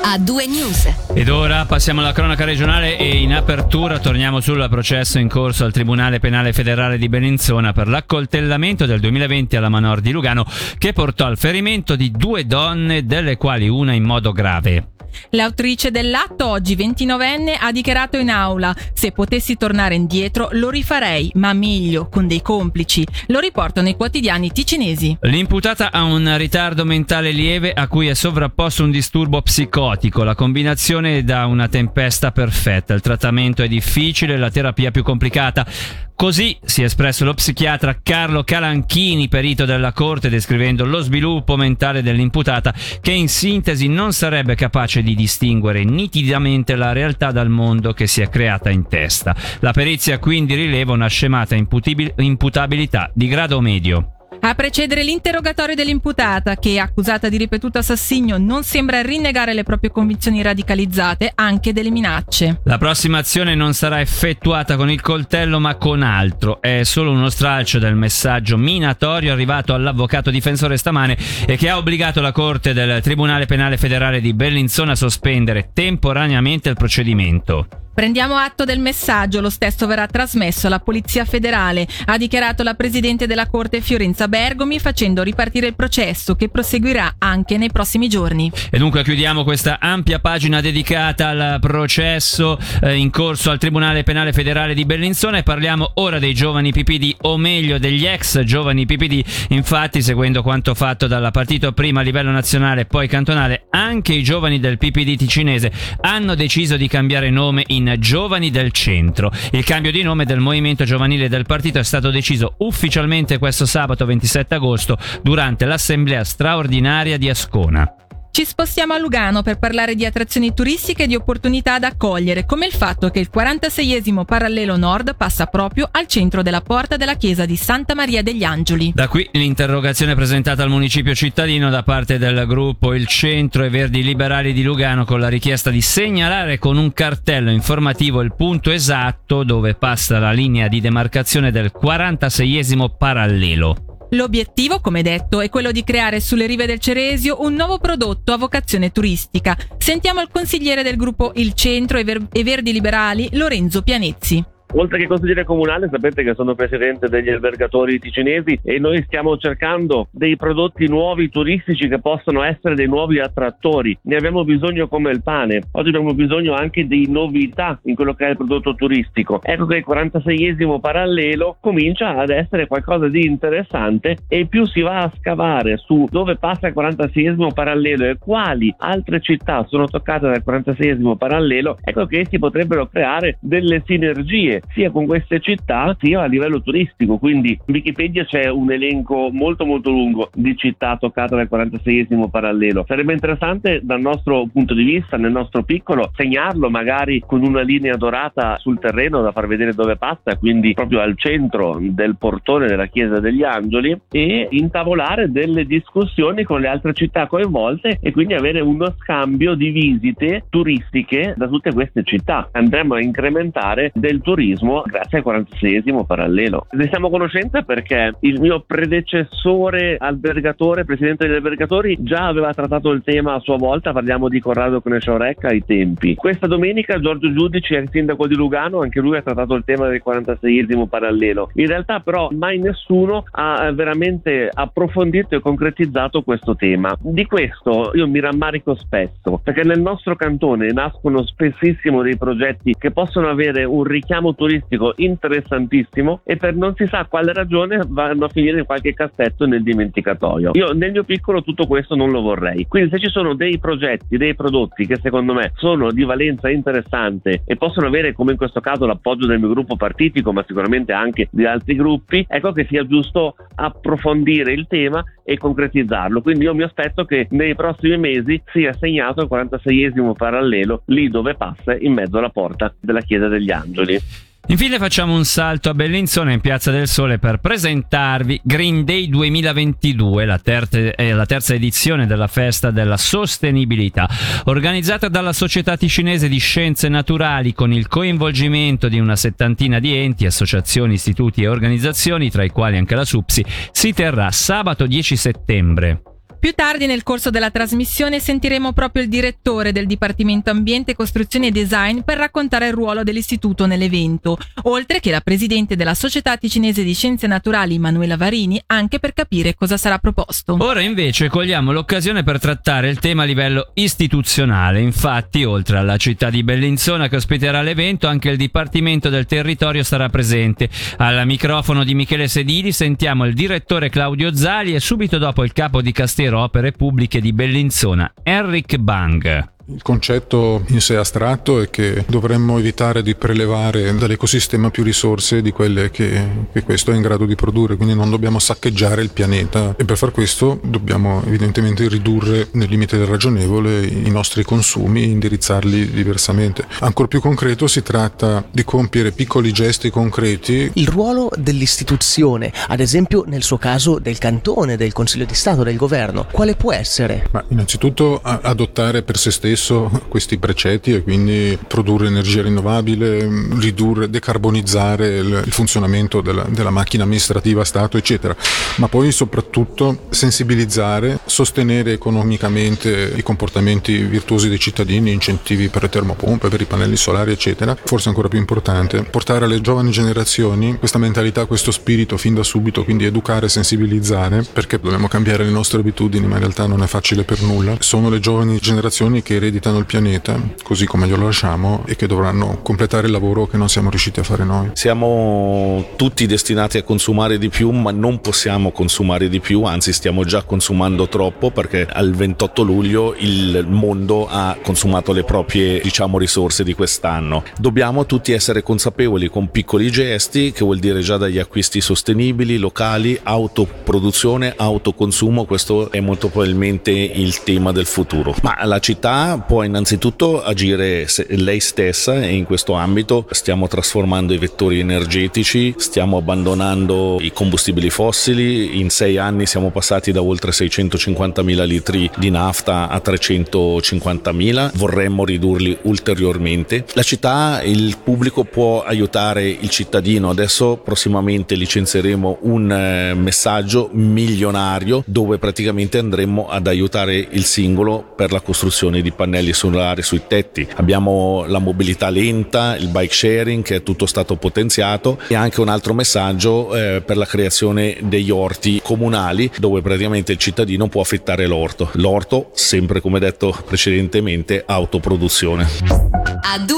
a 2 News. Ed ora passiamo alla cronaca regionale e in apertura torniamo sul processo in corso al Tribunale Penale Federale di Bellinzona per l'accoltellamento del 2020 alla Manor di Lugano, che portò al ferimento di 2 donne, delle quali una in modo grave. L'autrice dell'atto, oggi 29enne, ha dichiarato in aula: se potessi tornare indietro lo rifarei, ma meglio, con dei complici. Lo riportano i quotidiani ticinesi. L'imputata ha un ritardo mentale lieve a cui è sovrapposto un disturbo psicotico. La combinazione dà una tempesta perfetta. Il trattamento è difficile, la terapia più complicata. Così si è espresso lo psichiatra Carlo Calanchini, perito della Corte, descrivendo lo sviluppo mentale dell'imputata, che in sintesi non sarebbe capace di distinguere nitidamente la realtà dal mondo che si è creata in testa. La perizia quindi rileva una scemata imputabilità di grado medio. A precedere l'interrogatorio dell'imputata, che, accusata di ripetuto assassinio, non sembra rinnegare le proprie convinzioni radicalizzate, anche delle minacce. La prossima azione non sarà effettuata con il coltello ma con altro. È solo uno stralcio del messaggio minatorio arrivato all'avvocato difensore stamane e che ha obbligato la Corte del Tribunale Penale Federale di Bellinzona a sospendere temporaneamente il procedimento. Prendiamo atto del messaggio, lo stesso verrà trasmesso alla Polizia Federale, ha dichiarato la Presidente della Corte Fiorenza Bergomi, facendo ripartire il processo che proseguirà anche nei prossimi giorni. E dunque chiudiamo questa ampia pagina dedicata al processo in corso al Tribunale Penale Federale di Bellinzona e parliamo ora dei giovani PPD, o meglio degli ex giovani PPD. Infatti, seguendo quanto fatto dal partito prima a livello nazionale e poi cantonale, anche i giovani del PPD ticinese hanno deciso di cambiare nome in Giovani del Centro. Il cambio di nome del movimento giovanile del partito è stato deciso ufficialmente questo sabato 27 agosto durante l'assemblea straordinaria di Ascona. Ci spostiamo a Lugano per parlare di attrazioni turistiche e di opportunità da cogliere, come il fatto che il 46esimo Parallelo Nord passa proprio al centro della porta della chiesa di Santa Maria degli Angeli. Da qui l'interrogazione presentata al municipio cittadino da parte del gruppo Il Centro e Verdi Liberali di Lugano, con la richiesta di segnalare con un cartello informativo il punto esatto dove passa la linea di demarcazione del 46esimo Parallelo. L'obiettivo, come detto, è quello di creare sulle rive del Ceresio un nuovo prodotto a vocazione turistica. Sentiamo il consigliere del gruppo Il Centro e Verdi Liberali, Lorenzo Pianezzi. Oltre che consigliere comunale, sapete che sono presidente degli albergatori ticinesi e noi stiamo cercando dei prodotti nuovi turistici che possono essere dei nuovi attrattori. Ne abbiamo bisogno come il pane. Oggi abbiamo bisogno anche di novità in quello che è il prodotto turistico. Ecco che il 46esimo Parallelo comincia ad essere qualcosa di interessante, e più si va a scavare su dove passa il 46esimo Parallelo e quali altre città sono toccate dal 46esimo Parallelo, ecco che si potrebbero creare delle sinergie sia con queste città sia a livello turistico. Quindi in Wikipedia c'è un elenco molto lungo di città toccate dal 46esimo Parallelo. Sarebbe interessante dal nostro punto di vista, nel nostro piccolo, segnarlo magari con una linea dorata sul terreno da far vedere dove passa, quindi proprio al centro del portone della Chiesa degli Angeli, e intavolare delle discussioni con le altre città coinvolte e quindi avere uno scambio di visite turistiche da tutte queste città. Andremo a incrementare del turismo grazie al 46esimo Parallelo. Ne siamo a conoscenza perché il mio predecessore albergatore, presidente degli albergatori, già aveva trattato il tema a sua volta. Parliamo di Corrado Conesciorecca ai tempi. Questa domenica Giorgio Giudici, ex sindaco di Lugano, anche lui ha trattato il tema del 46esimo Parallelo. In realtà però mai nessuno ha veramente approfondito e concretizzato questo tema. Di questo io mi rammarico spesso, perché nel nostro cantone nascono spessissimo dei progetti che possono avere un richiamo turistico interessantissimo e per non si sa quale ragione vanno a finire in qualche cassetto nel dimenticatoio. Io nel mio piccolo tutto questo non lo vorrei. Quindi se ci sono dei progetti, dei prodotti che secondo me sono di valenza interessante e possono avere, come in questo caso, l'appoggio del mio gruppo partitico, ma sicuramente anche di altri gruppi, ecco che sia giusto approfondire il tema e concretizzarlo. Quindi io mi aspetto che nei prossimi mesi sia assegnato il 46esimo Parallelo lì dove passa, in mezzo alla porta della Chiesa degli Angeli. Infine facciamo un salto a Bellinzona, in Piazza del Sole, per presentarvi Green Day 2022, la terza edizione della festa della sostenibilità, organizzata dalla Società Ticinese di Scienze Naturali con il coinvolgimento di una settantina di enti, associazioni, istituti e organizzazioni, tra i quali anche la SUPSI. Si terrà sabato 10 settembre. Più tardi nel corso della trasmissione sentiremo proprio il direttore del Dipartimento Ambiente, Costruzioni e Design per raccontare il ruolo dell'istituto nell'evento, oltre che la presidente della Società Ticinese di Scienze Naturali Manuela Varini, anche per capire cosa sarà proposto. Ora invece cogliamo l'occasione per trattare il tema a livello istituzionale. Infatti, oltre alla città di Bellinzona che ospiterà l'evento, anche il Dipartimento del Territorio sarà presente. Al microfono di Michele Sedili sentiamo il direttore Claudio Zali e subito dopo il capo di Castero Opere Pubbliche di Bellinzona, Enric Bang. Il concetto in sé astratto è che dovremmo evitare di prelevare dall'ecosistema più risorse di quelle che questo è in grado di produrre, quindi non dobbiamo saccheggiare il pianeta e per far questo dobbiamo evidentemente ridurre nel limite del ragionevole i nostri consumi, indirizzarli diversamente. Ancor più concreto si tratta di compiere piccoli gesti concreti. Il ruolo dell'istituzione, ad esempio nel suo caso del cantone, del Consiglio di Stato, del governo, quale può essere? Ma innanzitutto adottare per se stesso questi precetti e quindi produrre energia rinnovabile, ridurre, decarbonizzare il funzionamento della macchina amministrativa Stato, eccetera, ma poi soprattutto sensibilizzare, sostenere economicamente i comportamenti virtuosi dei cittadini, incentivi per le termopompe, per i pannelli solari, eccetera. Forse ancora più importante, portare alle giovani generazioni questa mentalità, questo spirito fin da subito, quindi educare, sensibilizzare, perché dobbiamo cambiare le nostre abitudini, ma in realtà non è facile per nulla. Sono le giovani generazioni che ereditano il pianeta così come glielo lasciamo e che dovranno completare il lavoro che non siamo riusciti a fare noi. Siamo tutti destinati a consumare di più, ma non possiamo consumare di più, anzi stiamo già consumando troppo, perché al 28 luglio il mondo ha consumato le proprie, risorse di quest'anno. Dobbiamo tutti essere consapevoli con piccoli gesti, che vuol dire già dagli acquisti sostenibili, locali, autoproduzione, autoconsumo. Questo è molto probabilmente il tema del futuro. Ma la città può innanzitutto agire lei stessa e in questo ambito stiamo trasformando i vettori energetici, stiamo abbandonando i combustibili fossili. In 6 anni siamo passati da oltre 650.000 litri di nafta a 350.000, vorremmo ridurli ulteriormente. La città, il pubblico può aiutare il cittadino. Adesso prossimamente licenzieremo un messaggio milionario dove praticamente andremo ad aiutare il singolo per la costruzione di pannelli solari sui tetti. Abbiamo la mobilità lenta, il bike sharing, che è tutto stato potenziato, e anche un altro messaggio per la creazione degli orti comunali dove praticamente il cittadino può affittare l'orto, sempre come detto precedentemente autoproduzione.